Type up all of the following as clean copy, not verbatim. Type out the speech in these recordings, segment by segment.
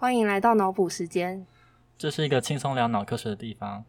欢迎来到脑补时间， 这是一个轻松聊脑科学的地方。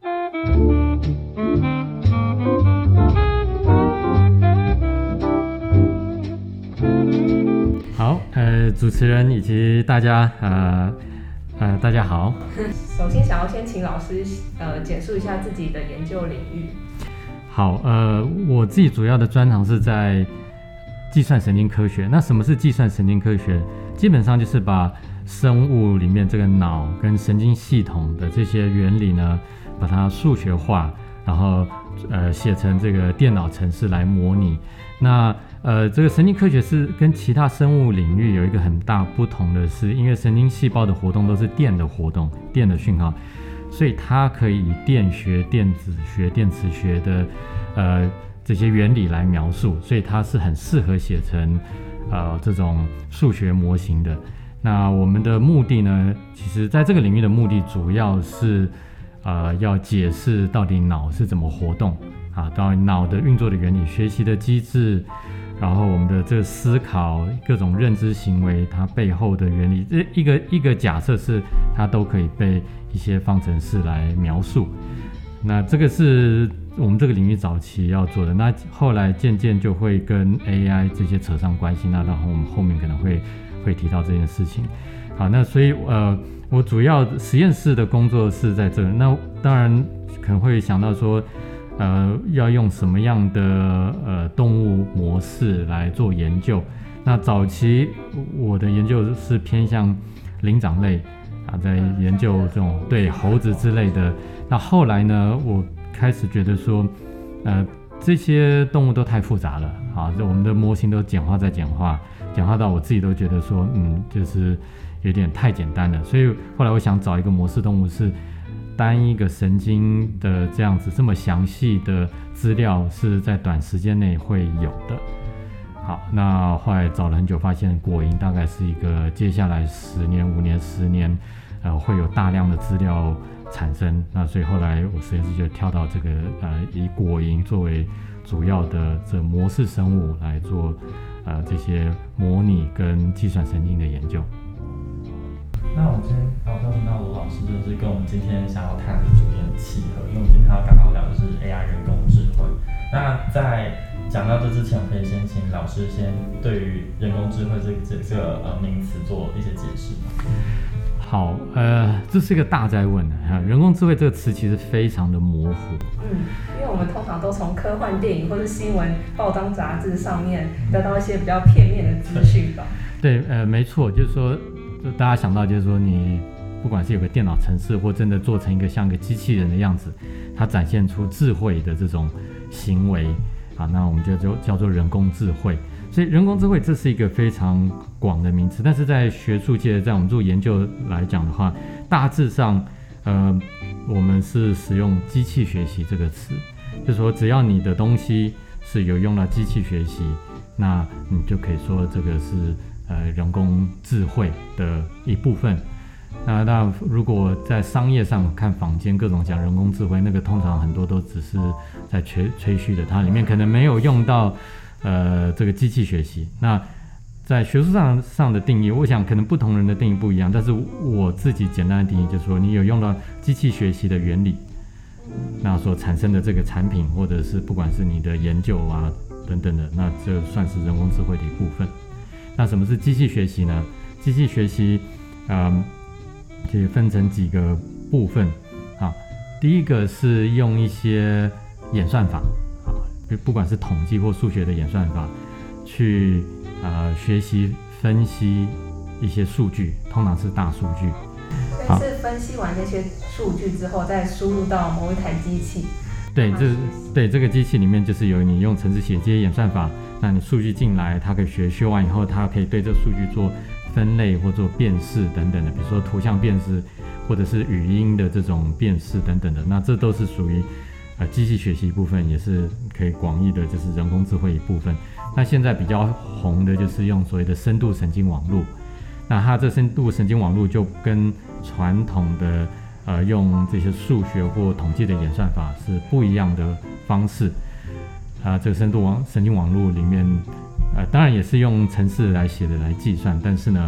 好，主持人以及大家，大家好。 首先想要先请老师简述一下自己的研究领域。 好，我自己主要的专长是在计算神经科学。那什么是计算神经科学？基本上就是把生物里面这个脑跟神经系统的这些原理呢，把它数学化，然后写成这个电脑程式来模拟。那这个神经科学是跟其他生物领域有一个很大不同的是，因为神经细胞的活动都是电的活动，电的讯号，所以它可以以电学、电子学、电磁学的这些原理来描述，所以它是很适合写成这种数学模型的。那我们的目的呢，其实在这个领域的目的主要是要解释到底脑是怎么活动啊，到底脑的运作的原理、学习的机制，然后我们的这个思考、各种认知行为它背后的原理，一个假设是它都可以被一些方程式来描述。那这个是我们这个领域早期要做的，那后来渐渐就会跟 AI 这些扯上关系，那然后我们后面可能会提到这件事情。好，那所以我主要实验室的工作是在这，那当然可能会想到说要用什么样的动物模式来做研究。那早期我的研究是偏向灵长类在研究这种对猴子之类的。那后来呢，我开始觉得说这些动物都太复杂了啊，我们的模型都简化再简化到我自己都觉得说就是有点太简单了。所以后来我想找一个模式动物是单一个神经的这样子这么详细的资料是在短时间内会有的。好，那后来找了很久，发现果蝇大概是一个接下来10年、5年、10年会有大量的资料产生。那所以后来我实验室就跳到这个以果蝇作为主要的这模式生物来做这些模拟跟计算神经的研究。 那我们今天好像听到罗老师就是跟我们今天想要谈的主题很契合，因为我们今天要刚好聊的是 AI 人工智慧。那在讲到这之前，我可以先请老师先对于人工智慧这个名词做一些解释。 好，这是一个大哉问人工智慧这个词其实非常的模糊。 因为我们通常都从科幻电影或是新闻报章杂志上面得到一些比较片面的资讯吧。 对，没错，就是说大家想到就是说你不管是有个电脑程式，或真的做成一个像个机器人的样子，它展现出智慧的这种行为啊，那我们就叫做人工智慧。所以人工智慧这是一个非常广的名词，但是在学术界，在我们做研究来讲的话，大致上我们是使用机器学习这个词，就是说只要你的东西是有用到机器学习，那你就可以说这个是人工智慧的一部分。那如果在商业上看坊间各种讲人工智慧，那个通常很多都只是在吹嘘的，它里面可能没有用到这个机器学习。那在学术上的定义，我想可能不同人的定义不一样，但是我自己简单的定义就是说，你有用到机器学习的原理，那所产生的这个产品，或者是不管是你的研究等等的，那这算是人工智慧的一部分。那什么是机器学习呢？机器学习可以分成几个部分啊。第一个是用一些演算法啊，不管是统计或数学的演算法，去学习分析一些数据，通常是大数据。 所以是分析完那些数据之后，再输入到某一台机器。 对，这个机器里面就是有你用程式写这些演算法，那你数据进来，它可以学完以后，它可以对这个数据做分类或做辨识等等的，比如说图像辨识或者是语音的这种辨识等等的，那这都是属于机器学习一部分，也是可以广义的就是人工智慧一部分。那现在比较红的就是用所谓的深度神经网络，那它这深度神经网络就跟传统的用这些数学或统计的演算法是不一样的方式。这个深度神经网络里面当然也是用程式来写的来计算，但是呢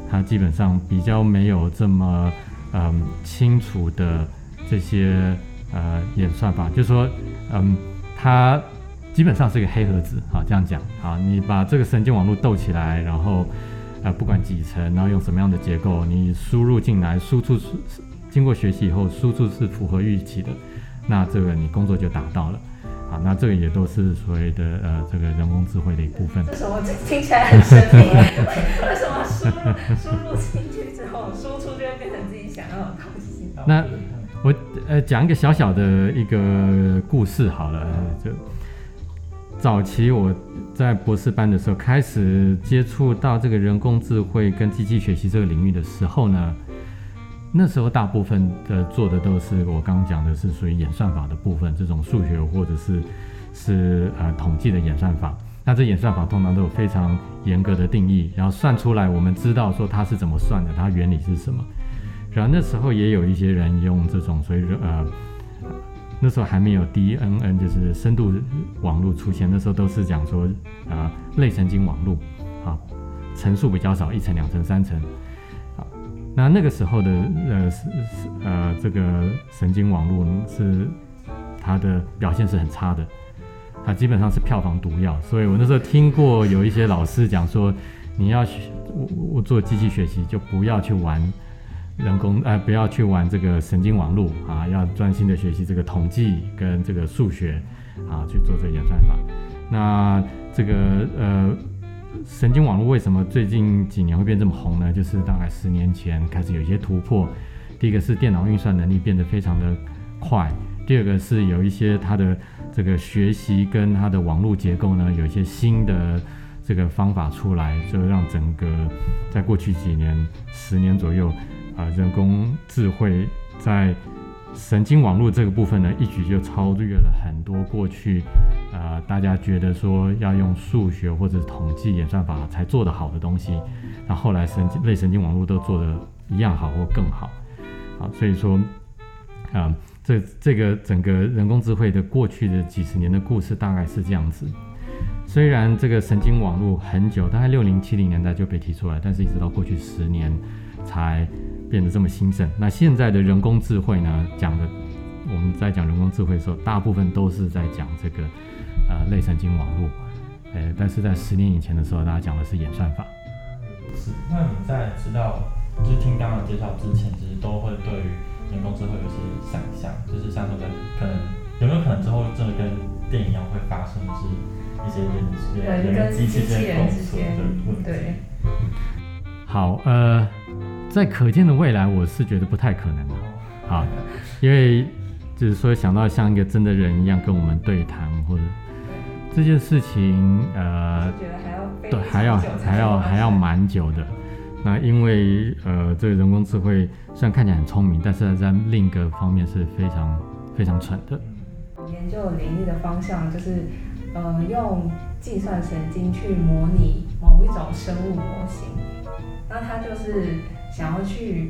它基本上比较没有这么清楚的这些演算法，就是说它基本上是一个黑盒子，好这样讲，好，你把这个神经网络斗起来，然后不管几层，然后用什么样的结构，你输入进来，输出经过学习以后，输出是符合预期的，那这个你工作就达到了。好，那这个也都是所谓的这个人工智慧的一部分。 为什么听起来很神秘？为什么输入进去之后，输出就会变成自己想要的东西？ 那我讲一个小小的一个故事好了，就早期我在博士班的时候开始接触到这个人工智慧跟机器学习这个领域的时候呢，那时候大部分的做的都是我刚刚讲的是属于演算法的部分，这种数学或者是统计的演算法。那这演算法通常都有非常严格的定义，然后算出来我们知道说它是怎么算的，它原理是什么。然后那时候也有一些人用这种所谓那时候还没有 DNN 就是深度网络出现，那时候都是讲说类神经网络，层数比较少，1层、2层、3层。那个时候的这个神经网络是它的表现是很差的，它基本上是票房毒药。所以我那时候听过有一些老师讲说，你要我做机器学习就不要去玩不要去玩这个神经网络要专心的学习这个统计跟这个数学去做这个演算法。那这个神经网络为什么最近几年会变这么红呢？就是大概10年前开始有一些突破。第一个是电脑运算能力变得非常的快，第二个是有一些它的这个学习跟它的网络结构呢有一些新的这个方法出来，就让整个在过去几年10年左右人工智慧在神经网络这个部分呢，一举就超越了很多过去大家觉得说要用数学或者统计演算法才做得好的东西，那后来类神经网络都做得一样好或更好。好，所以说这个整个人工智慧的过去的几十年的故事大概是这样子。虽然这个神经网络很久，大概60、70年代就被提出来，但是一直到过去10年才变得这么兴盛。那现在的人工智慧呢，我们在讲人工智慧的时候，大部分都是在讲这个类神经网络，但是在10年以前的时候，大家讲的是演算法。 是，那你在知道就是听刚刚的介绍之前，其实都会对于人工智慧有些想象，就是像说可能有没有可能之后真的跟电影一样会发生是一些人跟机器之间共存的问题？ 对。 好，在可见的未来，我是觉得不太可能的。好，因为就是说想到像一个真的人一样跟我们对谈，或者这件事情，对，还要蛮久的。那因为这个人工智慧虽然看起来很聪明，但是在另一个方面是非常非常蠢的。 研究领域的方向就是用计算神经去模拟某一种生物模型，那它就是想要去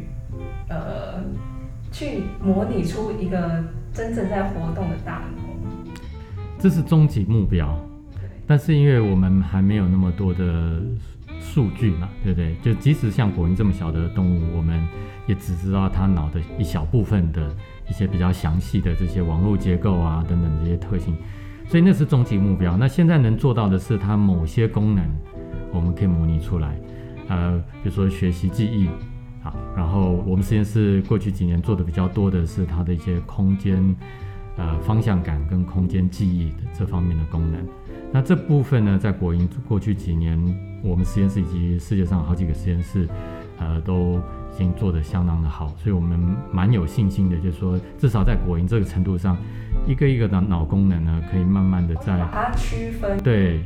模拟出一个真正在活动的大脑， 这是终极目标。但是因为我们还没有那么多的数据嘛，对不对？就即使像果蝇这么小的动物，我们也只知道它脑的一小部分的一些比较详细的这些网络结构等等这些特性，所以那是终极目标。那现在能做到的是它某些功能我们可以模拟出来，比如说学习记忆，好，然后我们实验室过去几年做的比较多的是它的一些空间方向感跟空间记忆的这方面的功能。那这部分呢，在果蝇过去几年，我们实验室以及世界上好几个实验室，都已经做得相当的好，所以我们蛮有信心的，就是说，至少在果蝇这个程度上，一个一个的脑功能呢，可以慢慢的在把它区分， 对，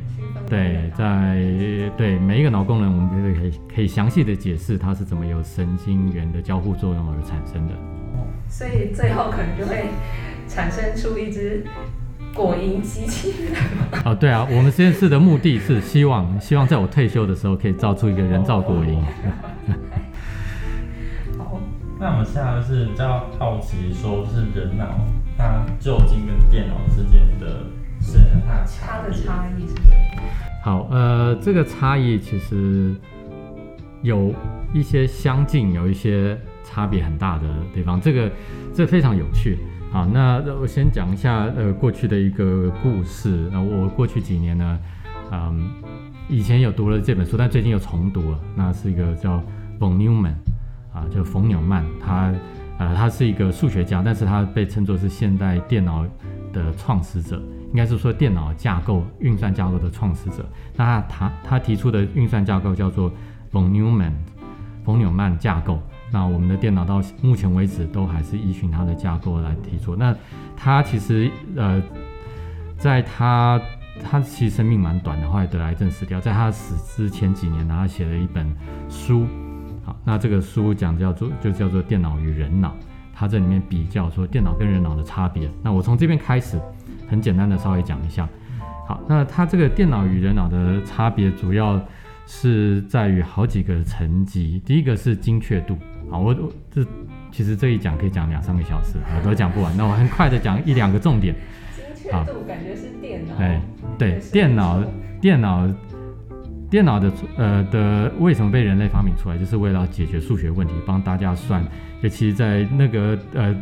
每一个脑功能，我们可以详细的解释它是怎么由神经元的交互作用而产生的。 所以最后可能就会产生出一只果蝇机器人。 对啊，我们实验室的目的是希望在我退休的时候可以造出一个人造果蝇。 那我们现在就是比较好奇，说就是人脑它究竟跟电脑之间的它的差异是什么？ 好，这个差异其实有一些相近，有一些差别很大的地方，这非常有趣。好，那我先讲一下过去的一个故事。我过去几年呢，以前有读了这本书，但最近又重读了。那是一个叫 von Neumann 就冯纽曼，他是一个数学家，但是他被称作是现代电脑的创始者，应该是说电脑架构、运算架构的创始者。那他提出的运算架构叫做 von Neumann 冯纽曼架构。那我们的电脑到目前为止都还是依循他的架构来提出。那他其实在他其实生命蛮短的，后来得癌症死掉。在他死之前几年呢，他写了一本书。好，那这个书就叫做《电脑与人脑》。他这里面比较说电脑跟人脑的差别。那我从这边开始，很简单的稍微讲一下。好，那他这个电脑与人脑的差别主要是在于好几个层级。第一个是精确度。好，其实这一讲可以讲2-3个小时，我都讲不完。那我很快的讲1-2个重点。 精确度感觉是电脑。 对，电脑的为什么被人类发明出来，就是为了解决数学问题，帮大家算。尤其是在那个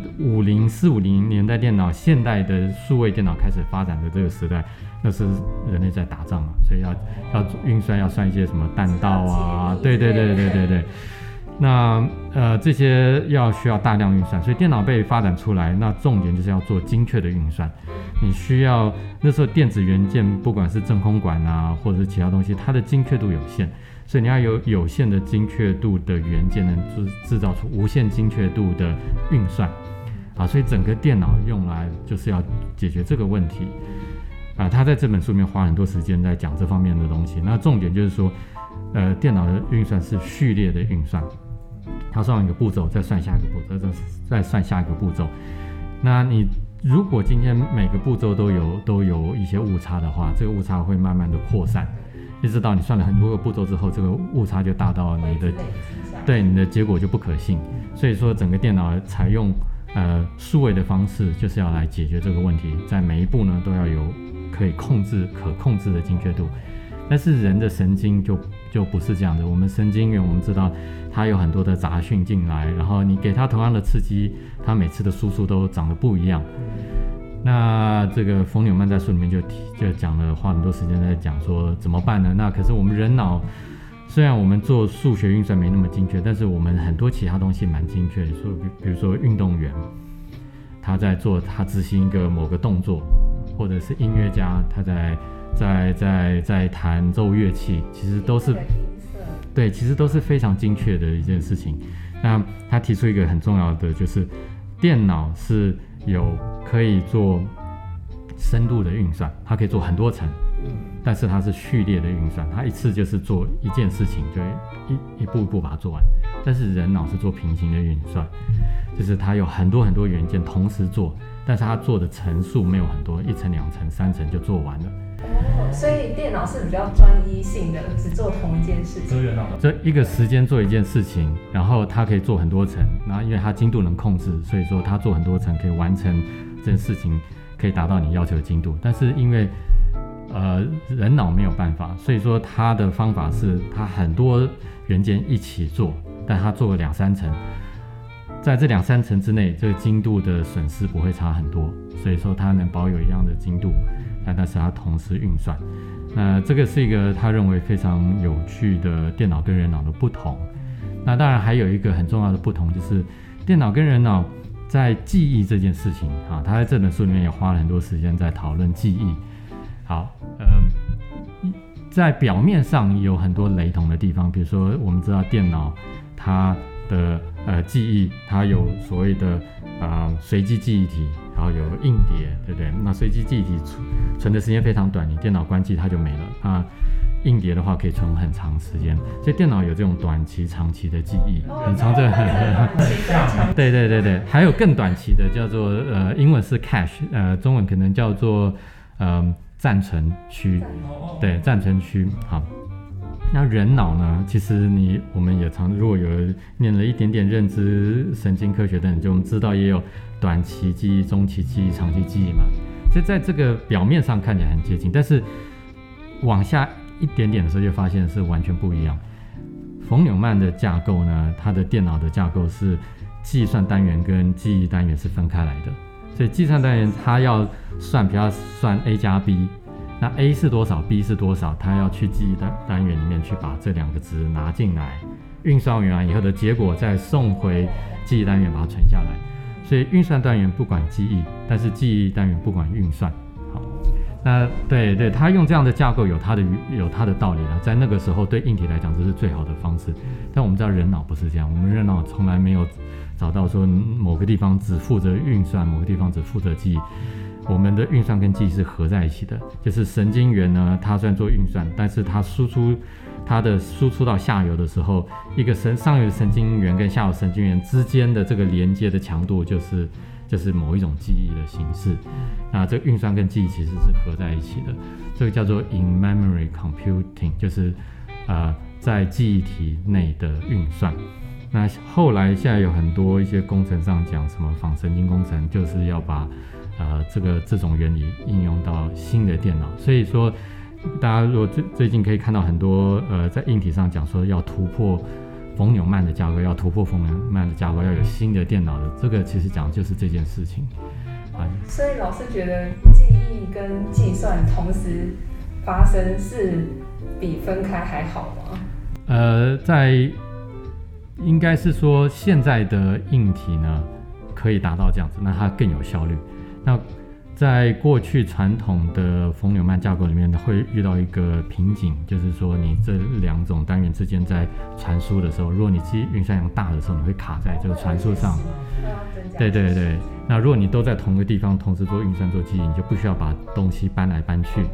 450年代电脑，现代的数位电脑开始发展的这个时代，那是人类在打仗嘛，所以要运算，要算一些什么弹道啊，对。那这些需要大量运算，所以电脑被发展出来，那重点就是要做精确的运算。你需要那时候电子元件，不管是真空管啊，或者是其他东西，它的精确度有限，所以你要有限的精确度的元件，能制造出无限精确度的运算啊。所以整个电脑用来就是要解决这个问题啊。他在这本书里面花很多时间在讲这方面的东西。那重点就是说，电脑的运算是序列的运算。它算完一个步骤，再算下一个步骤，再算下一个步骤。那你如果今天每个步骤都有一些误差的话，这个误差会慢慢的扩散，一直到你算了很多个步骤之后，这个误差就大到你的结果就不可信。所以说，整个电脑采用数位的方式，就是要来解决这个问题，在每一步呢都要有可控制的精确度。但是人的神经就不是这样的。我们神经元，我们知道它有很多的杂讯进来，然后你给它同样的刺激，它每次的输出都长得不一样。那这个冯纽曼在书里面就讲了，花很多时间在讲说怎么办呢？那可是我们人脑，虽然我们做数学运算没那么精确，但是我们很多其他东西蛮精确的。比如说运动员，他他执行一个某个动作，或者是音乐家，他在弹奏乐器，其实都是非常精确的一件事情。那他提出一个很重要的，就是电脑是可以做深度的运算，它可以做很多层，但是它是序列的运算，它一次就是做一件事情，就一步一步把它做完。但是人脑是做平行的运算，就是它有很多很多元件同时做，但是它做的层数没有很多，1层、2层、3层就做完了。 所以电脑是比较专一性的，只做同一件事情。 这一个时间做一件事情，然后它可以做很多层，然后因为它精度能控制，所以说它做很多层可以完成这件事情，可以达到你要求的精度。但是因为人脑没有办法，所以说它的方法是它很多元件一起做，但它做了2-3层，在这2-3层之内，这个精度的损失不会差很多，所以说它能保有一样的精度。但是它同时运算，这个是一个他认为非常有趣的电脑跟人脑的不同。那当然还有一个很重要的不同，就是电脑跟人脑在记忆这件事情啊，他在这本书里面也花了很多时间在讨论记忆。好，在表面上有很多雷同的地方，比如说我们知道电脑它的记忆，它有所谓的随机记忆体，然后有硬碟，对不对？那随机记忆体存的时间非常短，你电脑关机它就没了。硬碟的话可以存很长时间，所以电脑有这种短期、长期的记忆。你从这对，还有更短期的，叫做英文是 cache， 中文可能叫做暂存区，对，暂存区。好。那人脑呢？其实我们也如果有念了一点点认知神经科学等，就我们知道也有短期记忆、中期记忆、长期记忆嘛。所以在这个表面上看起来很接近，但是往下一点点的时候就发现是完全不一样。 冯纽曼的架构呢，它的电脑的架构是计算单元跟记忆单元是分开来的，所以计算单元它要算，比如算 A 加 B， 那 A 是多少 B 是多少，它要去记忆单元里面去把这两个值拿进来，运算完以后的结果再送回记忆单元把它存下来。所以运算单元不管记忆，但是记忆单元不管运算。好，那对，他用这样的架构有他的道理了，在那个时候对硬体来讲这是最好的方式。但我们知道人脑不是这样，我们人脑从来没有找到说某个地方只负责运算，某个地方只负责记忆。我们的运算跟记忆是合在一起的，就是神经元呢，它虽然做运算，但是它输出到下游的时候，一个上游的神经元跟下游神经元之间的这个连接的强度就是某一种记忆的形式。那这个运算跟记忆其实是合在一起的，这个叫做 in-memory computing， 就是在记忆体内的运算。那后来现在有很多一些工程上讲什么仿神经工程，就是要把这种原理应用到新的电脑。所以说大家如果最近可以看到很多在硬体上讲说要突破冯纽曼的架构，要有新的电脑的，这个其实讲的就是这件事情。 所以老师觉得记忆跟计算同时发生是比分开还好吗？ 应该是说现在的硬体呢可以达到这样子，那它更有效率。那在过去传统的冯纽曼架构里面会遇到一个瓶颈，就是说你这两种单元之间在传输的时候，如果你记忆运算量大的时候，你会卡在这个传输上。对，那如果你都在同一个地方同时做运算做记忆，你就不需要把东西搬来搬去。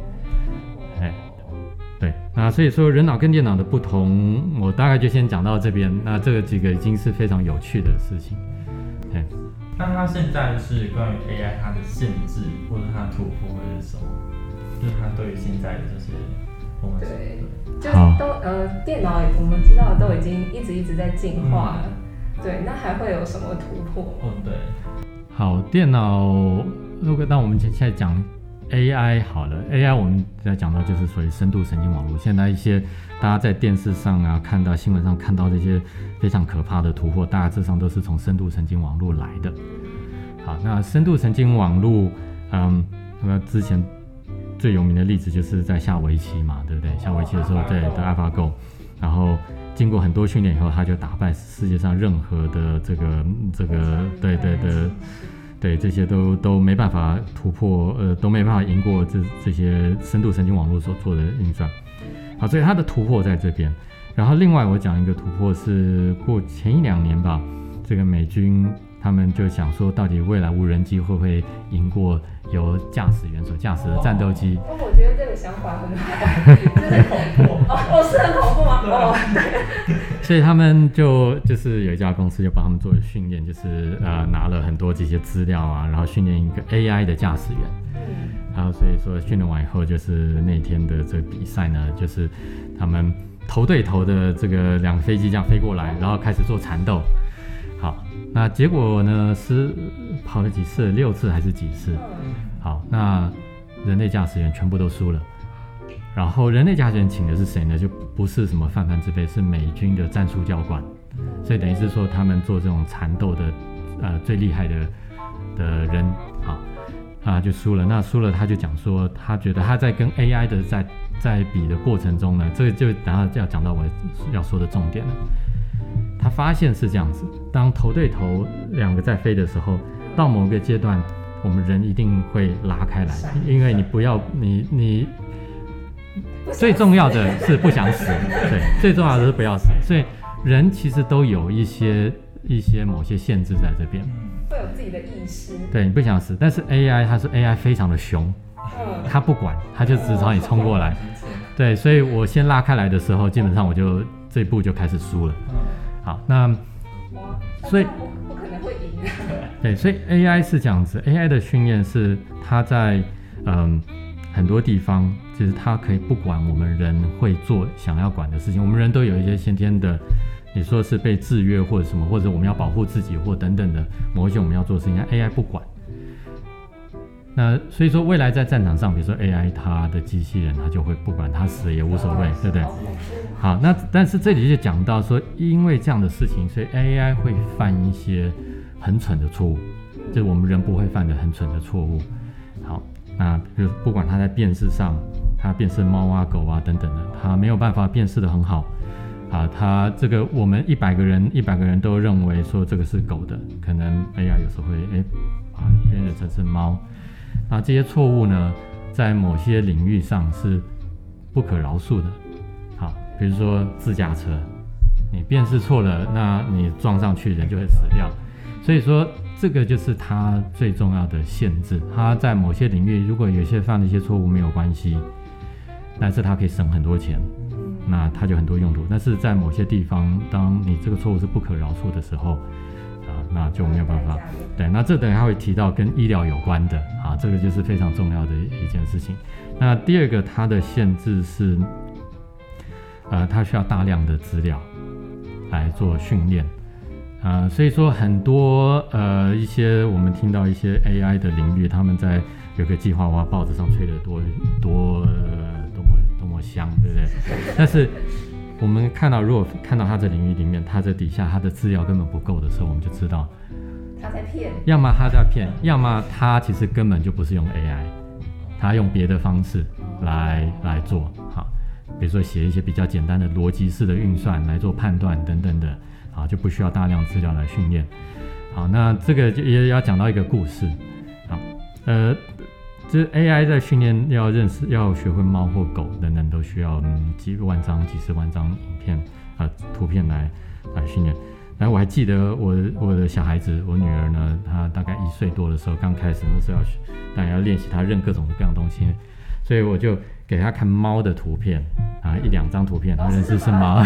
对，那所以说人脑跟电脑的不同，我大概就先讲到这边。那这个几个已经是非常有趣的事情。 那它现在是关于 AI 它的限制或者它的突破会是什么？就是它对于现在的这些我们对，就是电脑我们知道都已经一直在进化了。对，那还会有什么突破？ 对。 好，电脑如果当我们现在讲 AI 好了 ，AI 我们在讲到就是所谓深度神经网络。现在一些大家在电视上看到新闻上看到这些非常可怕的突破，大致上都是从深度神经网络来的。好，那深度神经网络，那之前最有名的例子就是在下围棋嘛，对不对？下围棋的时候，对的 AlphaGo， 然后经过很多训练以后，他就打败世界上任何的这个对，这些都没办法突破，都没办法赢过这些深度神经网络所做的运算。好，所以它的突破在这边。然后另外我讲一个突破是过前1-2年吧，这个美军他们就想说，到底未来无人机会不会赢过由驾驶员所驾驶的战斗机？ 我觉得这个想法很好，就是恐怖是很恐怖吗？对。 所以他们就是有一家公司就帮他们做了训练，就是拿了很多这些资料然后训练一个 AI 的驾驶员。然后所以说训练完以后，就是那天的这个比赛呢，就是他们头对头的这个两个飞机这样飞过来，然后开始做缠斗。好，那结果呢是跑了几次，6次还是几次？好，那人类驾驶员全部都输了。然后人类驾驶员请的是谁呢？就不是什么泛泛之辈，是美军的战术教官。所以等于是说他们做这种缠斗的最厉害的人，好就输了。那输了他就讲说，他觉得他在跟 AI 的在比的过程中呢，这个就等下要讲到我要说的重点了。他发现是这样子，当头对头两个在飞的时候，到某个阶段我们人一定会拉开来，因为你不要你最重要的是不想死，对，最重要的是不要死。所以人其实都有一些某些限制在这边， 会有自己的意识。 对，你不想死，但是 AI 非常的凶，他不管，他就只朝你冲过来。对，所以我先拉开来的时候，基本上我就这一步就开始输了。好，那所以我可能会赢。 对，所以 AI 是这样子 ，AI 的训练是它在很多地方，其实它可以不管我们人会做想要管的事情。我们人都有一些先天的，你说是被制约或者什么，或者我们要保护自己或等等的某一些我们要做的事情，AI 不管。 那所以说未来在战场上，比如说 AI 它的机器人，它就会不管它死了也无所谓，对不对？好，那但是这里就讲到说，因为这样的事情，所以 AI 会犯一些很蠢的错误，就是我们人不会犯的很蠢的错误。好，那比如不管它在辨识上，它辨识猫啊、狗啊等等的，它没有办法辨识得很好。啊，它这个我们100个人都认为说这个是狗的，可能 AI 有时候会辨认成是猫。那这些错误呢，在某些领域上是不可饶恕的。好，比如说自驾车，你辨识错了，那你撞上去人就会死掉。所以说这个就是它最重要的限制。它在某些领域，如果有些犯了一些错误没有关系，但是它可以省很多钱，那它就很多用途。但是在某些地方，当你这个错误是不可饶恕的时候，那就没有办法。对，那这等一下会提到跟医疗有关的啊，这个就是非常重要的一件事情。那第二个，它的限制是，它需要大量的资料来做训练。所以说很多一些我们听到一些 AI 的领域，他们在有个计划，哇，报纸上吹得多么香，对不对？但是我们如果看到他这领域里面，他这底下他的资料根本不够的时候，我们就知道他在骗， 要么他在骗，要么他其实根本就不是用 AI， 他用别的方式来做。好，比如说写一些比较简单的逻辑式的运算来做判断等等的，好，就不需要大量资料来训练。好，那这个就也要讲到一个故事。好，这 AI 在训练要学会猫或狗等等，都需要几十万张影片图片来训练。然后我还记得我的小孩子，我女儿呢，她大概1岁多的时候，刚开始那时候当然要练习她认各种各样的东西，所以我就给她看猫的图片1-2张图片，她认识是猫。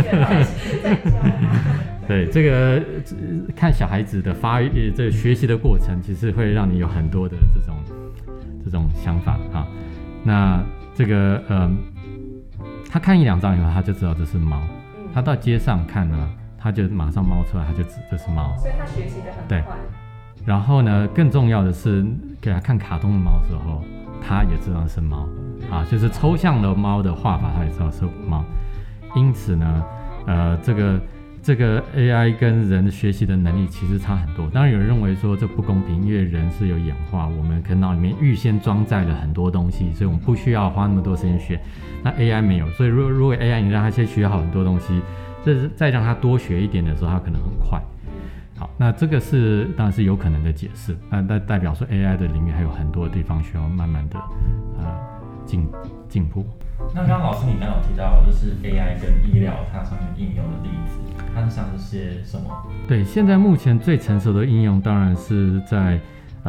对，这个看小孩子的这个学习的过程，其实会让你有很多的这种想法啊。那这个他看1-2张以后，他就知道这是猫。他到街上看呢，他就马上猫出来，他就指这是猫。 所以他学习得很快。 对。然后呢，更重要的是，给他看卡通的猫的时候，他也知道是猫啊，就是抽象的猫的画法，他也知道是猫。因此呢，这个 AI 跟人学习的能力其实差很多。当然有人认为说这不公平，因为人是有演化，我们可能脑里面预先装载了很多东西，所以我们不需要花那么多时间学。那 AI 没有，所以如果 AI 你让它先学好很多东西，再让它多学一点的时候，它可能很快。好，那这个当然是有可能的解释，那代表说 AI 的领域还有很多地方需要慢慢的进步。 那刚刚老师你刚刚有提到，就是 AI 跟医疗它上面应用的例子，它是像是些什么？ 对，现在目前最成熟的应用当然是在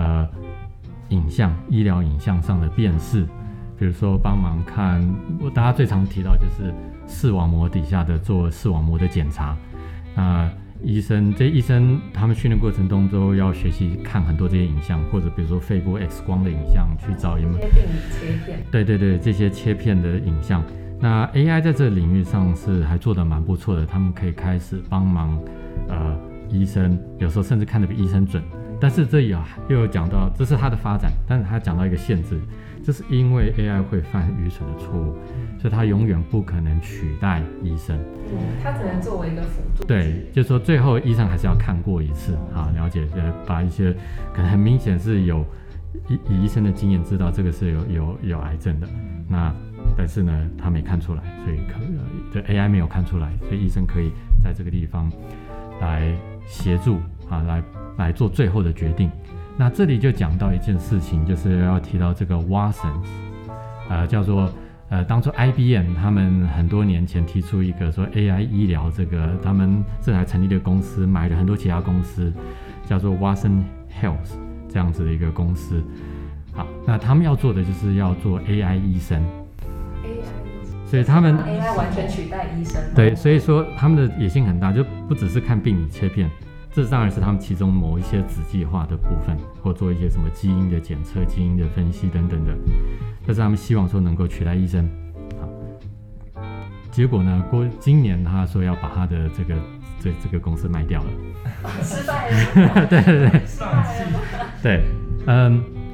医疗影像上的辨识，比如说帮忙看，大家最常提到就是视网膜底下的做视网膜的检查。医生他们训练过程中都要学习看很多这些影像，或者比如说肺部 X 光的影像去找有没有病理切片。对， 这些切片的影像。那 AI 在这个领域上是还做得蛮不错的，他们可以开始帮忙医生，有时候甚至看得比医生准。但是这又有讲到，这是它的发展，但是它讲到一个限制，就是因为 AI 会犯愚蠢的错误，所以它永远不可能取代医生。 它只能作为一个辅助。 对，就是说最后医生还是要看过一次啊，了解，把一些可能很明显是以医生的经验知道这个是有癌症的，但是呢他没看出来，所以对 AI 没有看出来，所以医生可以在这个地方来协助来做最后的决定。那这里就讲到一件事情，就是要提到这个 Watson，叫做当初 IBM 他们很多年前提出一个说 AI 医疗他们这还成立了公司，买了很多其他公司，叫做 Watson Health 这样子的一个公司。好，那他们要做的就是要做 AI 医生。所以他们 AI 完全取代医生。 对，所以说他们的野心很大，就不只是看病理切片，这当然是他们其中某一些子计划的部分，或做一些什么基因的检测、基因的分析等等的。但是他们希望说能够取代医生。好，结果呢，今年他说要把他的这个公司卖掉了。 失败了。 对， 失败了。 对，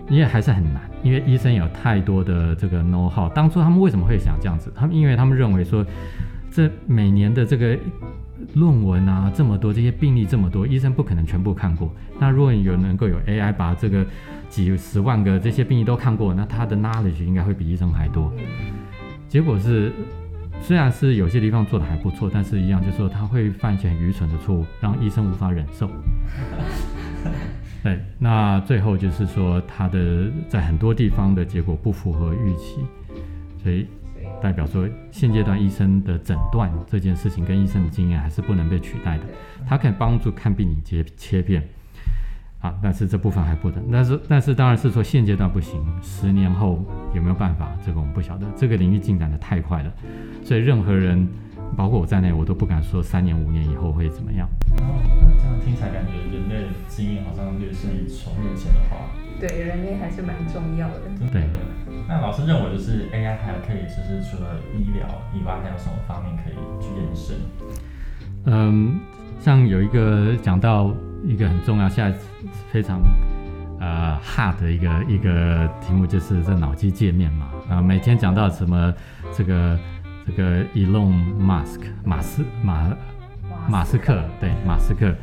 因为还是很难，因为医生有太多的这个 know how。当初他们为什么会想这样子？因为他们认为说，这每年的这个论文啊这么多，这些病例这么多，医生不可能全部看过。那如果能够有 AI 把这个几十万个这些病例都看过，那他的 knowledge 应该会比医生还多。结果是，虽然是有些地方做的还不错，但是一样就是说他会犯一些很愚蠢的错误，让医生无法忍受。对，那最后就是说他的在很多地方的结果不符合预期，所以代表说现阶段医生的诊断这件事情跟医生的经验还是不能被取代的。它可以帮助看病理切片啊，但是这部分还不能。但是当然是说现阶段不行，10年后有没有办法，这个我们不晓得。这个领域进展的太快了，所以任何人包括我在内，我都不敢说3年5年以后会怎么样。 那这样听起来感觉人类的经验好像略胜一筹。目前的话， 对人类还是蛮重要的。 对。 那老师认为就是 AI 还可以就是除了医疗以外，还有什么方面可以去延伸？ 像有一个讲到一个很重要，现在非常hard 的一个题目，就是这脑机界面嘛。每天讲到什么这个 Elon Musk 马斯克，对，马斯克，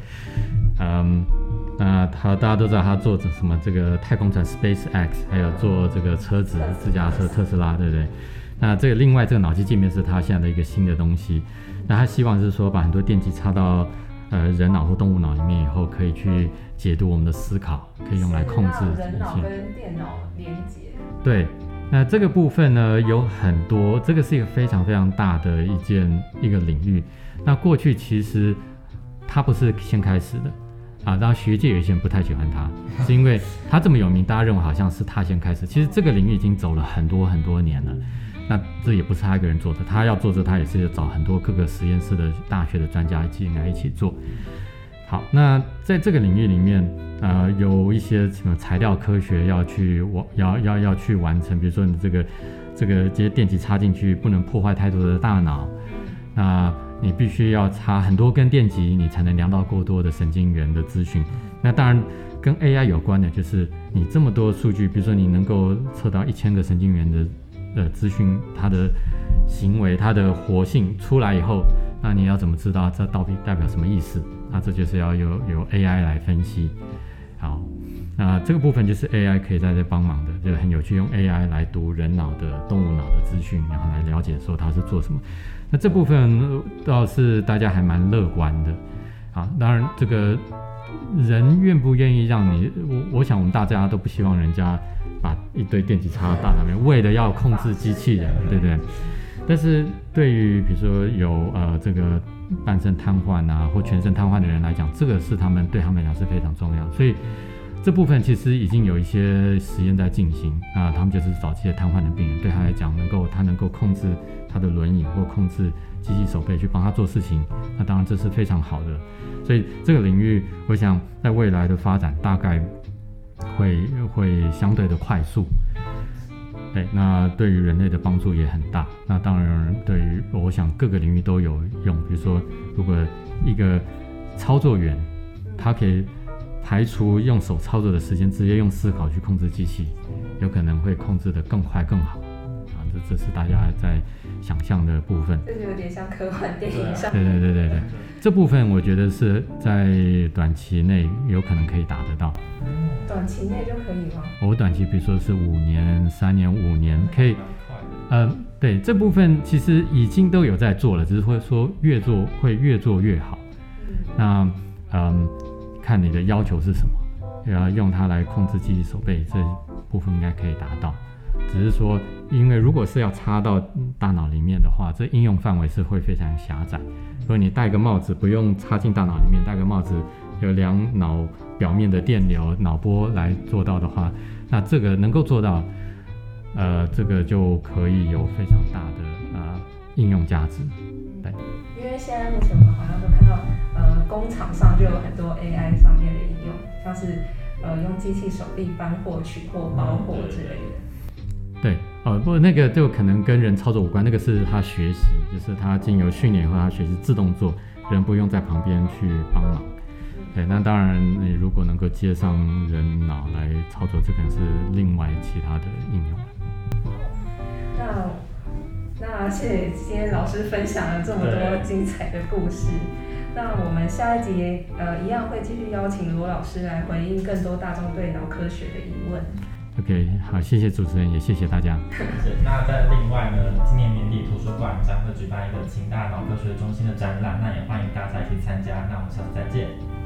那大家都知道他做什么这个太空船 SpaceX， 还有做这个车子自驾车特斯拉，对不对？那这个另外这个脑机界面是他现在的一个新的东西。那他希望是说把很多电极插到人脑或动物脑里面以后，可以去解读我们的思考，可以用来控制人脑跟电脑连接。 对，那这个部分呢有很多，这个是一个非常非常大的一个领域。那过去其实它不是先开始的啊，当然学界有一些人不太喜欢它，是因为它这么有名，大家认为好像是他先开始。其实这个领域已经走了很多很多年了。那这也不是他一个人做的，他要做这，他也是找很多各个实验室的大学的专家进来一起做。好，那在这个领域里面，有一些什么材料科学要去完成，比如说你这些电极插进去不能破坏太多的大脑，那你必须要插很多根电极，你才能量到够多的神经元的资讯。那当然跟 AI 有关的就是你这么多数据，比如说你能够测到1000个神经元的资讯，它的行为、它的活性出来以后，那你要怎么知道这到底代表什么意思？那这就是要有 AI 来分析。好，那这个部分就是 AI 可以在这帮忙的，就很有趣，用 AI 来读人脑的、动物脑的资讯，然后来了解说它是做什么。那这部分倒是大家还蛮乐观的。好，当然这个人愿不愿意让你，我想我们大家都不希望人家把一堆电极插到大脑里面，为了要控制机器人，对不对？但是对于比如说有这个半身瘫痪啊或全身瘫痪的人来讲，这个是对他们来讲是非常重要。所以这部分其实已经有一些实验在进行啊，他们就是找这些瘫痪的病人，对他来讲他能够控制他的轮椅或控制机器手背去帮他做事情，那当然这是非常好的。所以这个领域，我想在未来的发展大概会相对的快速。对，那对于人类的帮助也很大。那当然，对于我想各个领域都有用。比如说，如果一个操作员，他可以排除用手操作的时间，直接用思考去控制机器，有可能会控制得更快更好。啊，这是大家在想象的部分。 这就有点像科幻电影上。 对，这部分我觉得是在短期内有可能可以达得到。 短期内就可以吗？ 我短期比如说是5年、3年、5年可以。对，这部分其实已经都有在做了，只是会说越做越好。那看你的要求是什么，要用它来控制机器手背，这部分应该可以达到。只是说，因为如果是要插到大脑里面的话，这应用范围是会非常狭窄。所以你戴个帽子，不用插进大脑里面，戴个帽子有量脑表面的电流、脑波来做到的话，那这个能够做到，这个就可以有非常大的应用价值。对， 因为现在目前我们好像都看到，工厂上就有很多 AI 上面的应用，像是用机器手臂搬货、取货、包货之类的。 对，不过那个就可能跟人操作无关，那个是他学习，就是他经由训练以后，他学习自动做，人不用在旁边去帮忙。 对，那当然，你如果能够接上人脑来操作，这可能是另外其他的应用。 那谢谢今天老师分享了这么多精彩的故事。那我们下一集一样会继续邀请罗老师来回应更多大众对脑科学的疑问。 OK， 好，谢谢主持人，也谢谢大家。 那在另外呢，今年年底图书馆将会举办一个清大脑科学中心的展览，那也欢迎大家一起参加。那我们下次再见。